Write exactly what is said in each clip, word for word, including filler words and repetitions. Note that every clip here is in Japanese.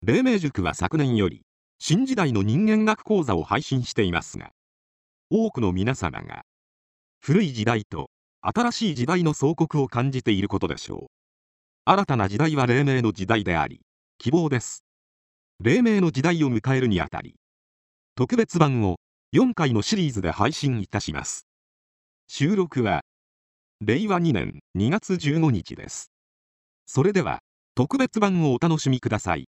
黎明塾は昨年より新時代の人間学講座を配信していますが、多くの皆様が古い時代と新しい時代の相刻を感じていることでしょう。新たな時代は黎明の時代であり、希望です。黎明の時代を迎えるにあたり、特別版をよんかいのシリーズで配信いたします。収録はれいわにねんにがつじゅうごにちです。それでは特別版をお楽しみください。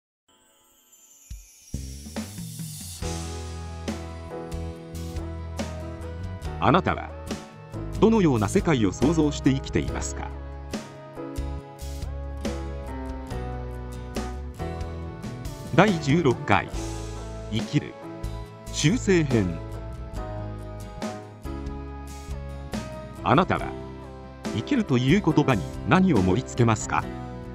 あなたはどのような世界を想像して生きていますか？だいじゅうろっかい生きる修正編。あなたは生きるという言葉に何を盛り付けますか？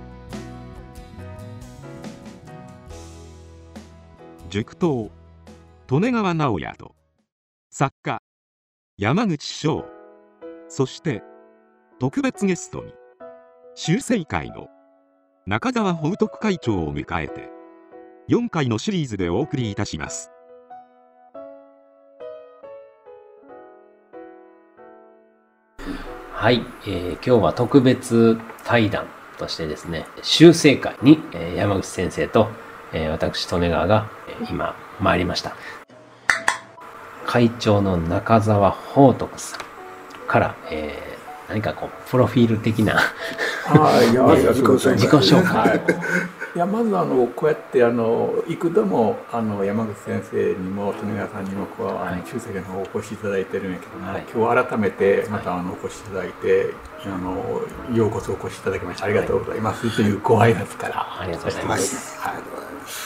塾頭利根川直也と作家山口翔、そして特別ゲストに修正会の中澤宝徳会長を迎えてよんかいのシリーズでお送りいたします。 はい、えー、今日は特別対談としてですね、修正会に、えー、山口先生と、えー、私利根川が、えー、今参りました。会長の中澤宝徳さんから、えー、何かこうプロフィール的なあいや自己紹介、 はい、いやまずあのこうやってあの幾度もあの山口先生にも利根川さんにもこう、はい、修正会の方お越しいただいてるんやけども、はい、今日改めてまたあのお越しいただいて、あのようこそお越しいただきましてありがとうございます、はい、というご挨拶からありがとうございます。 ありがとうございます。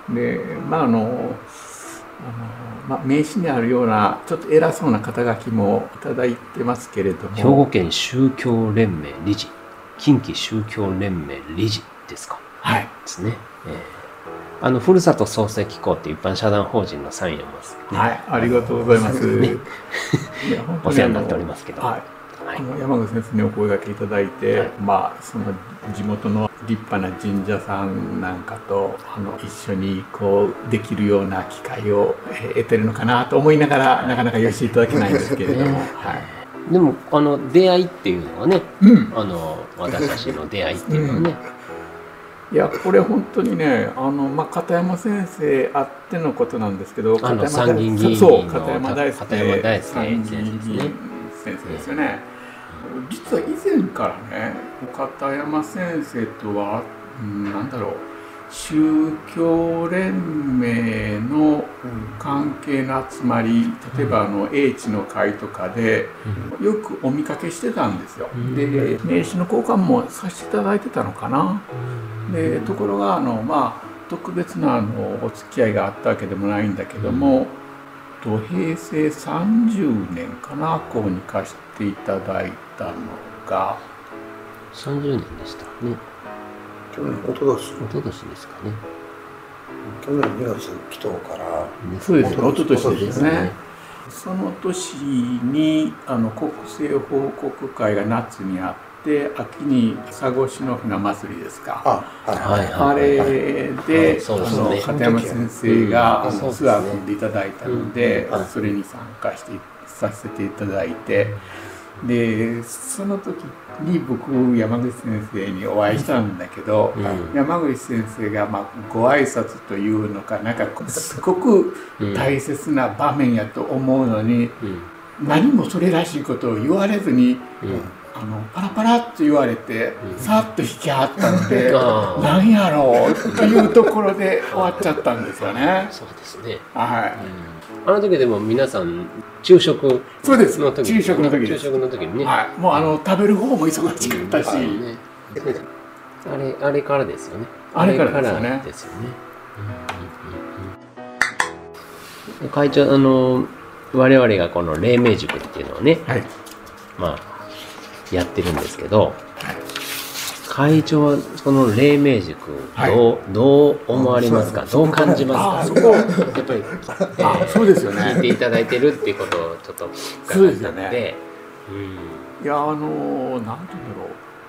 でまああのあのまあ、名刺にあるようなちょっと偉そうな肩書きもいただいてますけれども、 兵庫県宗教連盟理事、近畿宗教連盟理事ですか。 はいですね、えー、あのふるさと創生機構っていう一般社団法人のサインをます、 ね、はいありがとうございます、ね、 お世話になっておりますけど、 はいはい、あの山口先生にお声掛けいただいて、はい、まあその地元の立派な神社さんなんかとあの一緒にこうできるような機会を、えー、得てるのかなと思いながらなかなか寄せていただけないんですけれども、はい、 でもあの出会いっていうのはね、うん、あの私たちの出会いっていうのはね、 うん、いやこれ本当にねあの、まあ、片山先生あってのことなんですけど、 あの参議院議員の片山大輔参議院先生ですよね。実は以前からね片山先生とは、うん、なんだろう宗教連盟の関係の集まり、例えばあの英知の会とかでよくお見かけしてたんですよ。で名刺の交換もさせていただいてたのかな。でところがあのまあ特別なあのお付き合いがあったわけでもないんだけども、とへいせいさんじゅうねんかなこうに貸していただいたのがさんじゅうねんでしたね。 去年おととしおととしですかね。 去年にがつ来とから、 そうですね、おととしですね。その年にあの国政報告会が夏にあって秋に佐護市の船祭りですか、 あ、はいはい、 あれで片山先生がツアー組んでいただいたので、うん、それに参加してさせていただいて、でその時に僕山口先生にお会いしたんだけど、うん、山口先生がまあご挨拶というのかなんかすごく大切な場面やと思うのに、うん、何もそれらしいことを言われずに、うん、あのパラパラっと言われて、うん、さっと引きはったので、うん、何やろうというところで終わっちゃったんですよね。 そうですね。 はい。 うん、あの時でも皆さん昼食の時、 そうです。昼食の時です。 昼食の時にね。 はい。もうあの食べる方も忙しかったし、うんね、 あれあれからですよね。 あれからですよね。 ですよね。うん、会長あの我々がこの黎明塾っていうのをね、はい、まあやってるんですけど、はい、会長はこの黎明塾どう、はい、どう思われますか？どう感じますか？やっぱり、 えー、そうですよね。 聞いていただいてるっていうことをちょっと伺ったので、 うん、いやあのなんていうんだろう、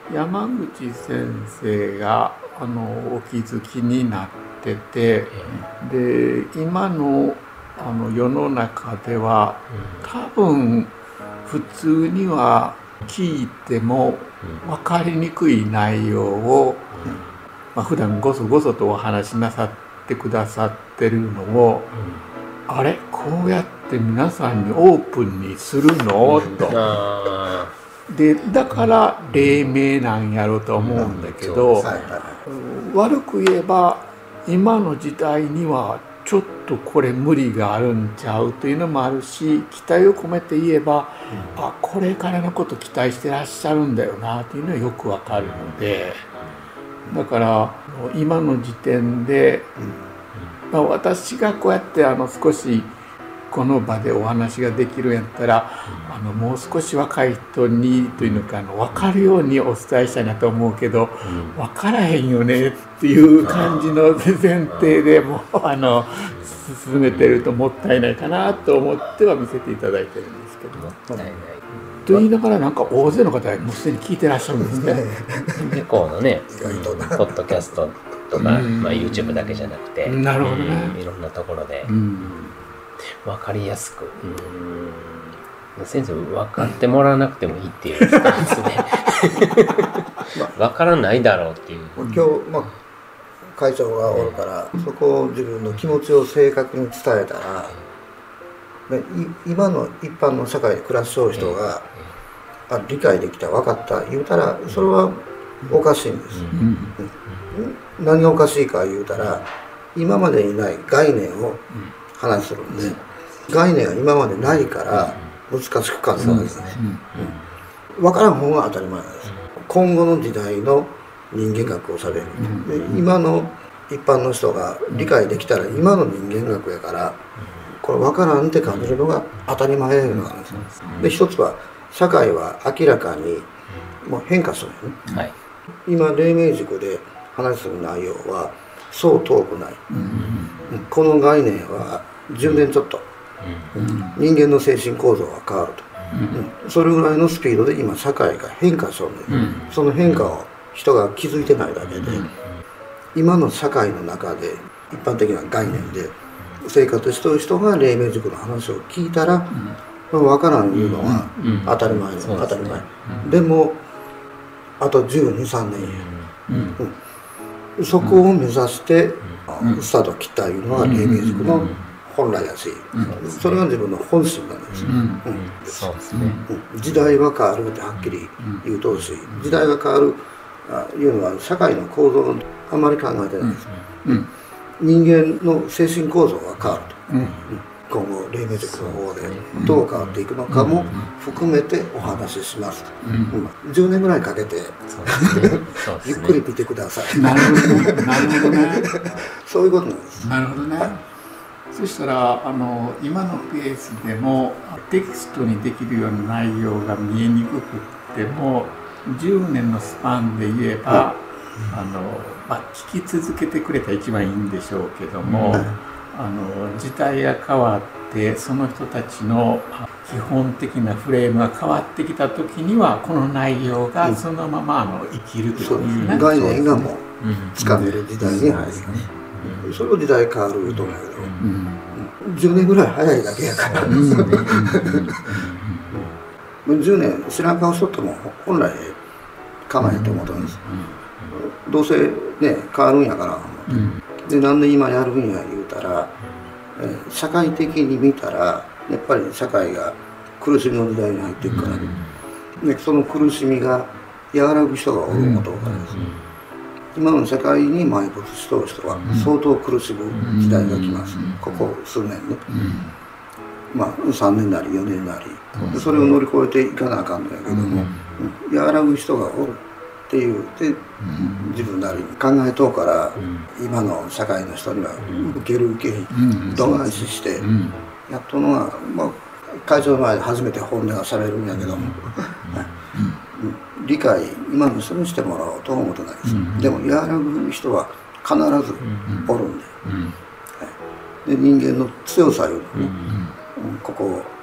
山口先生があのお気づきになってて、で今のあの世の中では多分普通には聞いても分かりにくい内容を、まあ、普段ごそごそとお話しなさってくださってるのを、あれこうやって皆さんにオープンにするのと。でだから黎明なんやろうと思うんだけど、悪く言えば今の時代にはちょっとこれ無理があるんちゃうというのもあるし、期待を込めて言えば、うん、あこれからのこと期待してらっしゃるんだよなというのはよくわかるので、だから今の時点で、まあ、私がこうやってあの少しこの場でお話ができるんやったら、あのもう少し若い人にというのかあの分かるようにお伝えしたいなと思うけど、分からへんよねっていう感じの前提でもうあの進めてるともったいないかなと思っては見せていただいてるんですけど。もったいない。と言いながらなんか大勢の方がもうすでに聞いてらっしゃるんですね。 結構のね、ポッドキャストとか、まあ、YouTube だけじゃなくて、 なるほどね、 いろんなところで。 うん分かりやすく、うん、先生分かってもらわなくてもいいっていうスタンスで分からないだろうっていう。 今日、まあ、会長がおるから、そこを自分の気持ちを正確に伝えたら、で今の一般の社会で暮らしそう人が、あ理解できた分かった言うたらそれはおかしいんです、うんうん、何がおかしいか言うたら今までにない概念を話するんで、概念は今までないから難しく感じるんですね。分からん方が当たり前なんです。今後の時代の人間学をされる。で今の一般の人が理解できたら今の人間学やからこれ分からんって感じるのが当たり前なんですよ。で一つは社会は明らかにもう変化するよね。はい、今黎明塾で話する内容はそう遠くない。この概念はじゅうねんちょっと、うん、人間の精神構造が変わると、うん、それぐらいのスピードで今社会が変化しようね、うん、その変化を人が気づいてないだけで、うん、今の社会の中で一般的な概念で生活してる人が黎明塾の話を聞いたら、うん、分からんいうのは当たり前の、うん、当たり前、うん、でもあとじゅうに、さんねんや、うんうん、そこを目指してスタートを切ったいうのは黎明塾の本来やし、それが自分の本心なんです。 そうですね。 時代は変わるってはっきり言うとるし、時代が変わるいうのは社会の構造をあまり考えてないです。人間の精神構造が変わると。今後黎明塾の方でどう変わっていくのかも含めてお話しします。じゅうねんぐらいかけてゆっくり見てください。 なるほどね。なるほどね。 そういうことなんです。 なるほどね。そしたらあの今のペースでもテキストにできるような内容が見えにくくってもじゅうねんのスパンで言えば、あのまあ、聞き続けてくれたら一番いいんでしょうけども。あの時代が変わってその人たちの基本的なフレームが変わってきた時にはこの内容がそのままあの生きるということですね。 概念がもうつかめる時代に入る、うん、それを時代変わると思うけど、うん、じゅうねんぐらい早いだけやからじゅうねん知らん顔しとっても本来構えと思ったんです。どうせね変わるんやから、うんでなんで今やるんや言うたら、えー、社会的に見たらやっぱり社会が苦しみの時代に入っていくから、ね、でその苦しみが和らぐ人がおることからです、うん、今の社会に埋没しとる人は相当苦しむ時代が来ます、うん、ここ数年ね、うん、まあさんねんなりよねんなり、うん、それを乗り越えていかなあかんのやけども、うん、和らぐ人がおるっていうで自分なりに考えとうから、うん、今の社会の人には受ける受けに度外視してやっとのが、まあ、会長の前で初めて本音がされるんやけども、うん、理解今の人にしてもらおうとは思ってないです、うん、でも和らぐ人は必ずおるんで、うんはい、で人間の強さよりもね、うん、ここ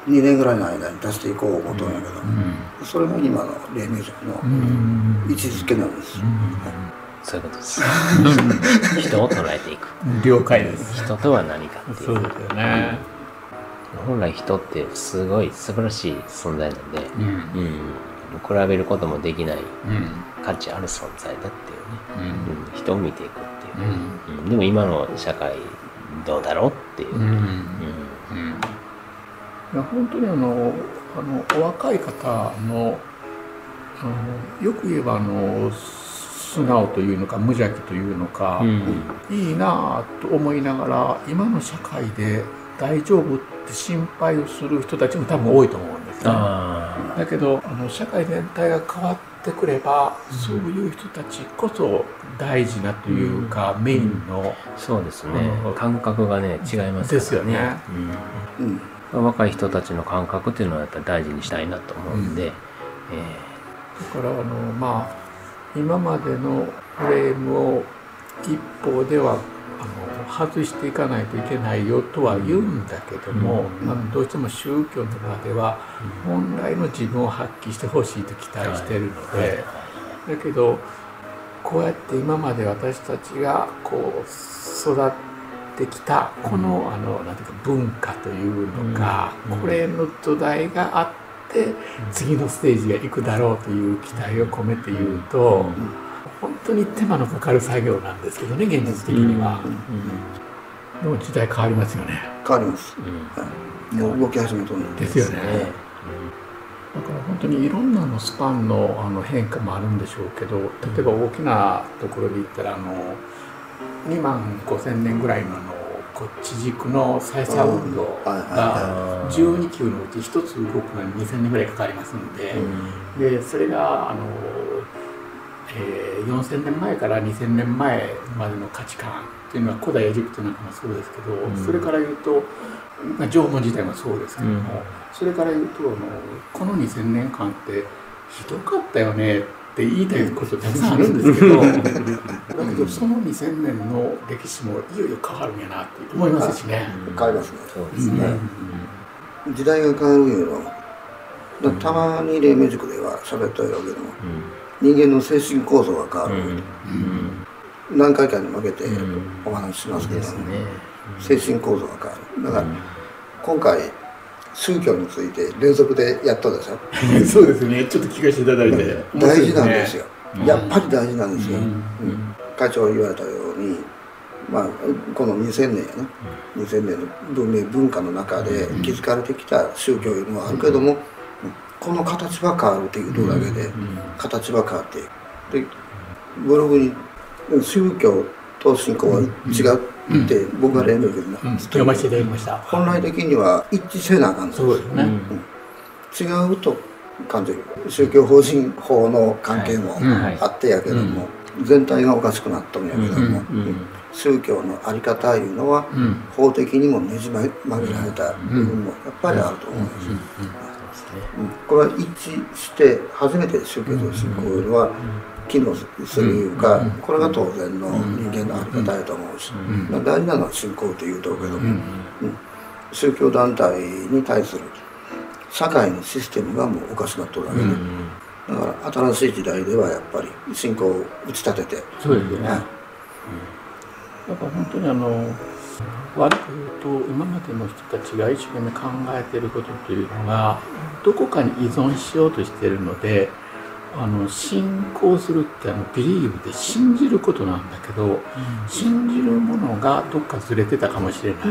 にねんぐらいの間に出していこう思ったんやけど、それが今の黎明塾の位置づけなんです。 そういうことです。人を捉えていく。 了解です。 人とは何かっていう。 そうですよね。 本来人ってすごい素晴らしい存在なんで、 うんうん比べることもできないうん価値ある存在だっていうね、 うんうん人を見ていくっていうう、 んうんでも今の社会どうだろうっていう、 うんうんうんいや本当にあのあのお若い方のあのよく言えばあの素直というのか無邪気というのか、 うんいいなぁと思いながら今の社会で大丈夫って心配をする人たちも多分多いと思うんですね。 あだけどあの社会全体が変わってくれば、 うんそういう人たちこそ大事なというか、メインの、 あそうですね、 うん感覚がね違いますからねですよねうんうん、若い人たちの感覚っていうのはやっぱり大事にしたいなと思うんで、 だからあのまあ今までのフレームを一方ではあの外していかないといけないよとは言うんだけども、 うんあのどうしても宗教の中では本来の自分を発揮してほしいと期待しているので、だけどこうやって今まで私たちがこう育ってきたこの、あのなんていうか文化というのか、 うんこれの土台があって次のステージが行くだろうという期待を込めて言うと、本当に手間のかかる作業なんですけどね、現実的には。でも時代変わりますよね。 変わります。もう動き始めとるんですよね。だから本当にいろんなのスパンのあの変化もあるんでしょうけど、例えば大きなところで言ったらあのにまんごせんねんぐらいのあのこっち軸の再サウンドがじゅうにきゅうのうちひとつ動くのににせんねんぐらいかかりますんで、でそれがあの、えー、よんせんねんまえからにせんねんまえまでの価値観っていうのは古代エジプトなんかもそうですけど、 うんそれから言うと、まあ、縄文時代もそうですけども、 うんそれから言うとあのこのにせんねんかんってひどかったよねって言いたいことたくさんあるんですけどだけどそのにせんねんの歴史もいよいよ変わるんやなって思いますしね。 変わりますね。 そうですね、 時代が変わるんやろ。だたまに黎明塾では喋ったやろうけども、人間の精神構造が変わる。何回かに分けてお話ししますけども、精神構造が変わる。だから今回宗教について連続でやったでしょ。 そうですね。ちょっと聞かせていただいて。 大事なんですよ。やっぱり大事なんですよ。 うんうん会長が言われたように、まあこのにせんねんやな、にせんねんの文明文化の中で築かれてきた宗教いうのはあるけども、この形は変わるというだけで形は変わっていく。でブログに宗教と信仰は違うって僕が例の時に読ませていただきました。 本来的には一致せなあかんです。 そうですね。 違うと感じる。宗教法人法の関係もあってやけども、全体がおかしくなったんやけども、宗教の在り方いうのは法的にもねじ曲げられた部分もやっぱりあると思うんですよ。これは一致して初めて宗教と信仰いうのは機能するいうか、これが当然の人間の在り方やと思うし、まあ大事なのは信仰というとけども、宗教団体に対する社会のシステムがもうおかしくなっとるわけで、だから新しい時代ではやっぱり信仰を打ち立てて、 そうですよね。だから本当にあの悪く言うと今までの人たちが一生懸命考えていることというのがどこかに依存しようとしているので、あの信仰するってあのビリーブで信じることなんだけど、信じるものがどっかずれてたかもしれない。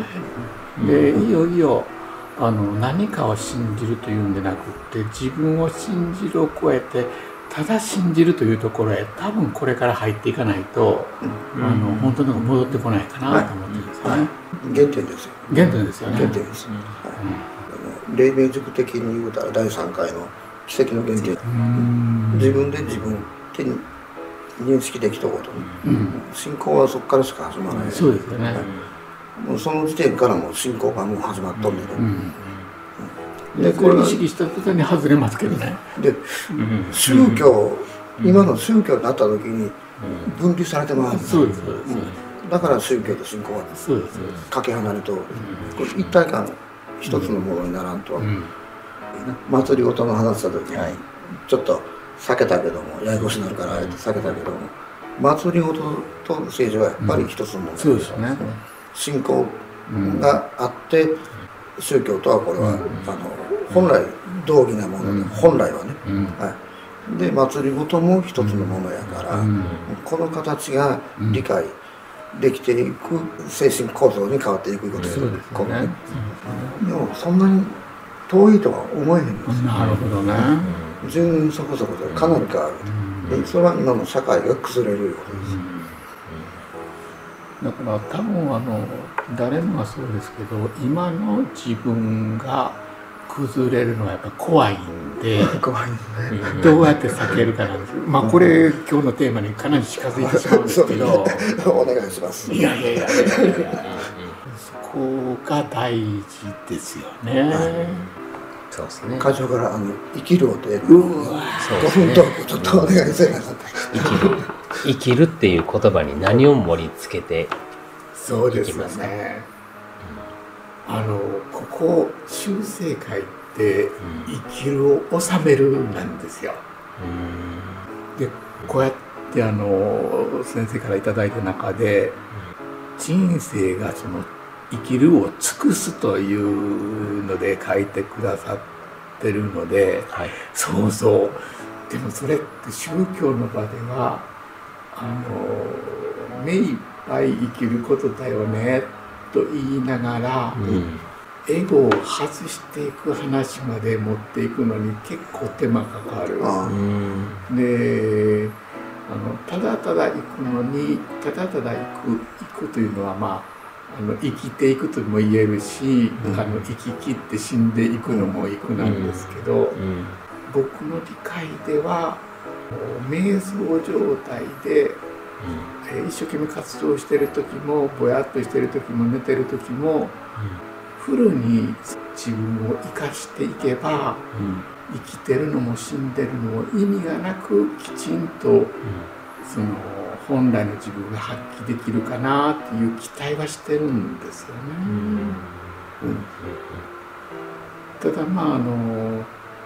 でいよいよあの何かを信じるというんでなくって自分を信じるを超えてただ信じるというところへ多分これから入っていかないと、あの本当の戻ってこないかなと思ってるんですよね。 原点ですよ。 原点ですよね。 原点です。黎明塾的に言うたらだいさんかいの奇跡の原点。自分で自分手に認識できたこと、信仰はそこからしか始まらない。 そうですよね。 もうその時点からもう信仰がもう始まっとんねん。 でこれを意識した途端に外れますけどね。 で宗教今の宗教になった時に分離されてます。 そうですそうです。 だから宗教と信仰はそうですかけ離れとこれ一体感一つのものにならんと、 うん、 祭りごとの話した時に、 はい、 ちょっと避けたけどもややこしになるからあえて避けたけども、祭りごとと政治はやっぱり一つのもの、うん、 そうですね。 信仰があって、宗教とはこれは、うん、あの本来道義なもので、うん、本来はね、うん、はい、で祭りごとも一つのものやから、うん、この形が理解できていく精神構造に変わっていくことですよね。このね、うん、でもそんなに遠いとは思えへんんですよ。 なるほどね。 十分そこそこでかなり変わる、うん、でそれは今の社会が崩れるようです、 うん、だから多分あの誰もがそうですけど、今の自分が崩れるのはやっぱ怖いんで怖いんですね。 どうやって避けるかなんです。まあこれ今日のテーマにかなり近づいてしまうんですけどお願いします。 いやいやいやそこが大事ですよね、はい、 そうですね。 会長からあの生きるをテーマにごふんトークちょっとお願いします。 生きる生きるっていう言葉に何を盛り付けていきますか。 そうですね、うん、あのここ修正会って生きるを収めるなんですよ、うん、でこうやってあの先生からいただいた中で、うん、人生がその生きるを尽くすというので書いてくださってるので、はい、そうそうでもそれって宗教の場ではあの目いっぱい生きることだよねと言いながら、うん、エゴを外していく話まで持っていくのに結構手間かかる、うん、であのただただ行くのにただただ行く行くというのはまああの生きていくとも言えるし、うん、あの生き切って死んでいくのも行くなんですけど、うんうん、僕の理解では瞑想状態で、うんえー、一生懸命活動してる時もぼやっとしてる時も寝てる時も、うん、フルに自分を生かしていけば、うん、生きてるのも死んでるのも意味がなくきちんと、うん、その本来の自分が発揮できるかなっていう期待はしてるんですよね。うんうん、ただまああのあの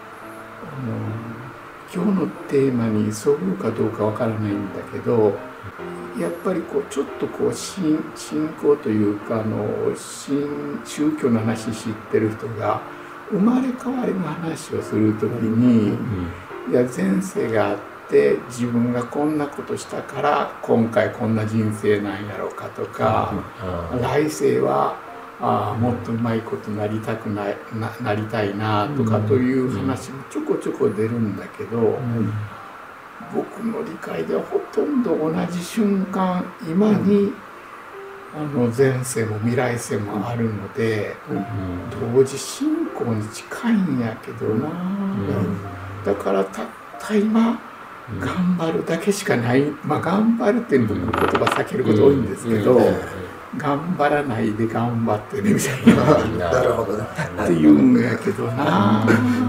今日のテーマにそぐうかどうかわからないんだけど、やっぱりこうちょっとこう信仰というかあの新宗教の話知ってる人が生まれ変わりの話をするときに、うん、いや前世があって自分がこんなことしたから今回こんな人生なんやろうかとか、うん、来世はあもっとうまいことなりたくない な, なりたいなとかという話もちょこちょこ出るんだけど、うん、僕の理解ではほとんど同じ瞬間今に、うん、あの前世も未来世もあるので、うん、同時進行に近いんやけどな、うん、だからたった今頑張るだけしかない、まあ頑張るっていう僕の言葉避けること多いんですけど、頑張らないで頑張ってねみたいななるほどねって言うんやけどな、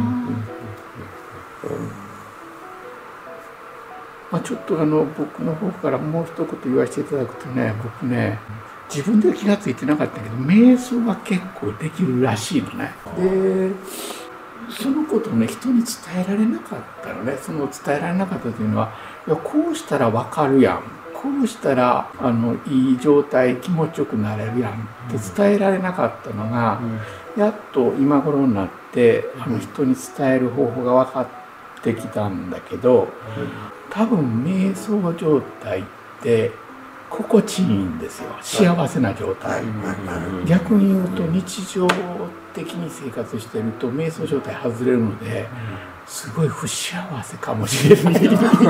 まあ、ちょっとあの僕の方からもう一言言わせていただくとね、僕ね自分では気が付いてなかったけど瞑想は結構できるらしいのね。でそのことをね人に伝えられなかったのね。その伝えられなかったというのは、いやこうしたら分かるやん、こうしたらあのいい状態気持ちよくなれるやんって伝えられなかったのが、うん、やっと今頃になってあの人に伝える方法が分かってきたんだけど、うん、多分瞑想状態って心地いいんですよ。幸せな状態、うん、逆に言うと日常的に生活してると瞑想状態外れるのですごい不幸せかもしれない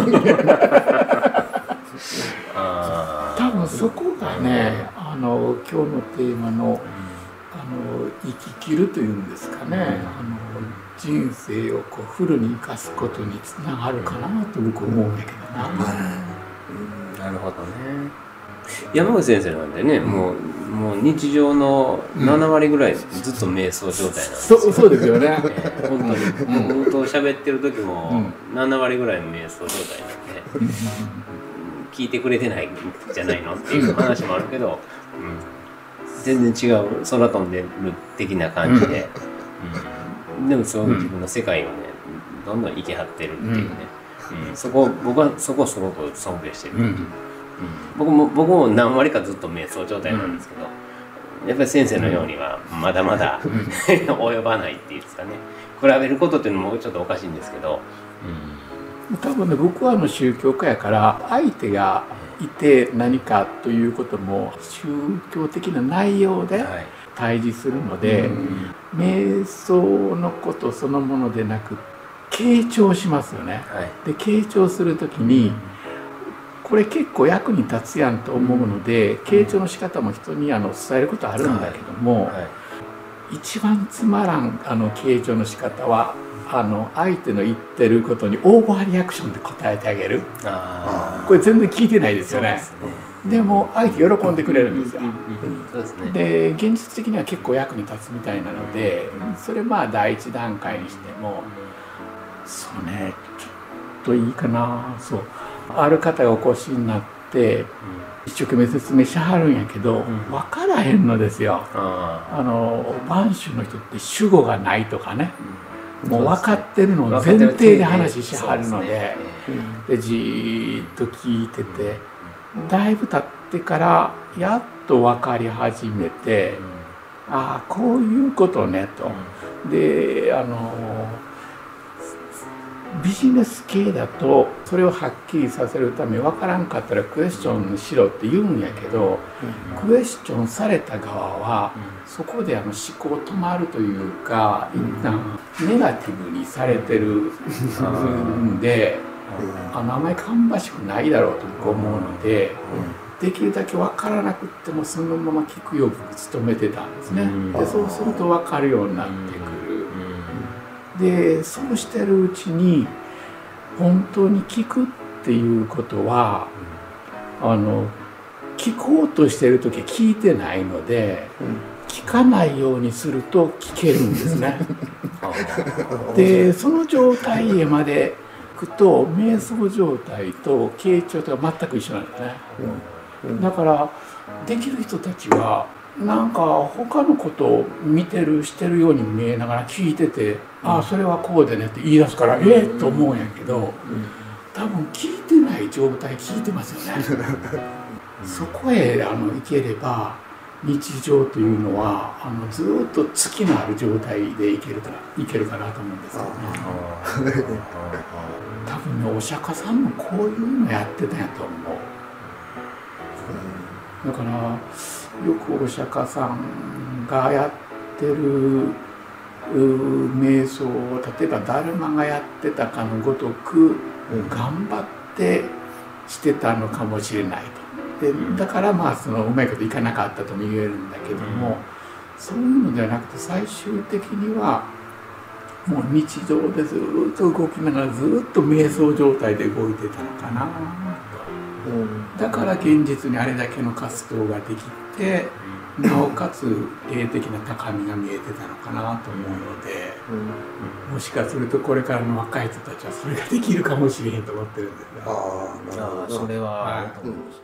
多分そこがね、あの今日のテーマの、あの生き切るというんですかね、あの人生をこうフルに生かすことにつながるかなと僕思うんだけどな、うん、 なるほどね。山口先生なんでね、うん、もう、もう日常のななわりぐらいずっと瞑想状態なんですよ、 うん、そう、そうですよね、えー、本当に僕と喋ってる時もななわりぐらいの瞑想状態なんで、うん、聞いてくれてないんじゃないのっていう話もあるけど、うん、 全然違う空飛んでる的な感じで、うん、でもすごく自分の世界をねどんどん生き張ってるっていうね、うんうん、そこ僕はそこをすごく尊敬してる、うんうん、僕も僕も何割かずっと瞑想状態なんですけど、やっぱり先生のようにはまだまだ及ばないっていうんですかね、比べることっていうのもちょっとおかしいんですけど、 うん、多分ね僕はあの宗教家やから相手がいて何かということも宗教的な内容で対峙するので、はい、瞑想のことそのものでなく傾聴しますよね、はい、で傾聴するときにこれ結構役に立つやんと思うので、傾聴の仕方も人にあの伝えることあるんだけども、はいはい、一番つまらんあの傾聴の仕方はあの相手の言ってることにオーバーリアクションで答えてあげる。あこれ全然聞いてないですよね。でも相手喜んでくれるんですよ。で現実的には結構役に立つみたいなので、それまあ第一段階にしてもそうねちょっといいかな。そうある方がお越しになって一生懸命説明しはるんやけど分からへんのですよ。あの播州の人って主語がないとかね、もう分かってるのを前提で話しはるので、でじーっと聞いてて、だいぶ経ってからやっと分かり始めて、ああこういうことねと。であのビジネス系だとそれをはっきりさせるため分からんかったらクエスチョンしろって言うんやけど、クエスチョンされた側はそこであの思考止まるというか一旦ネガティブにされてるんで、あのあまり芳しくないだろうと僕思うので、できるだけ分からなくってもそのまま聞くように努めてたんですね。でそうすると分かるようになってくる。でそうしてるうちに本当に聞くっていうことはあの聞こうとしてる時は聞いてないので、聞かないようにすると聞けるんですね。でその状態へまで行くと瞑想状態と傾聴とか全く一緒なんですね。だからできる人たちはなんか他のことを見てるしてるように見えながら聞いてて、ああそれはこうでねって言い出すからええと思うんやけど、多分聞いてない状態聞いてますよね。そこへあの行ければ日常というのはあのずっと月のある状態でいけるからいけるかなと思うんですけどね。多分ねお釈迦さんもこういうのやってたんやと思う。だからよくお釈迦さんがやってる瞑想を例えばダルマがやってたかのごとく頑張ってしてたのかもしれないと。でだからまあそのうまいこといかなかったとも言えるんだけども、そういうのではなくて最終的にはもう日常でずっと動きながらずっと瞑想状態で動いてたのかなと。だから現実にあれだけの活動ができて、なおかつ霊的な高みが見えてたのかなと思うので、もしかするとこれからの若い人たちはそれができるかもしれへんと思ってるんですね。 ああ、なるほど。それはあると思うんですね。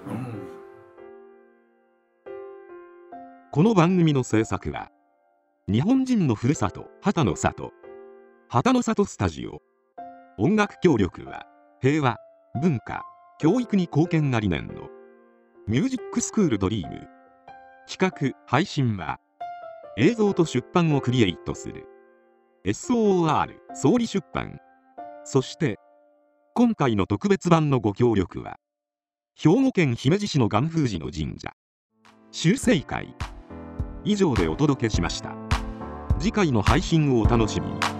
この番組の制作は日本人のふるさと畑の里畑の里スタジオ、音楽協力は平和文化教育に貢献が理念のミュージックスクールドリーム、企画配信は映像と出版をクリエイトする エスオーアール 総理出版、そして今回の特別版のご協力は兵庫県姫路市の元風寺の神社修正会以上でお届けしました。次回の配信をお楽しみに。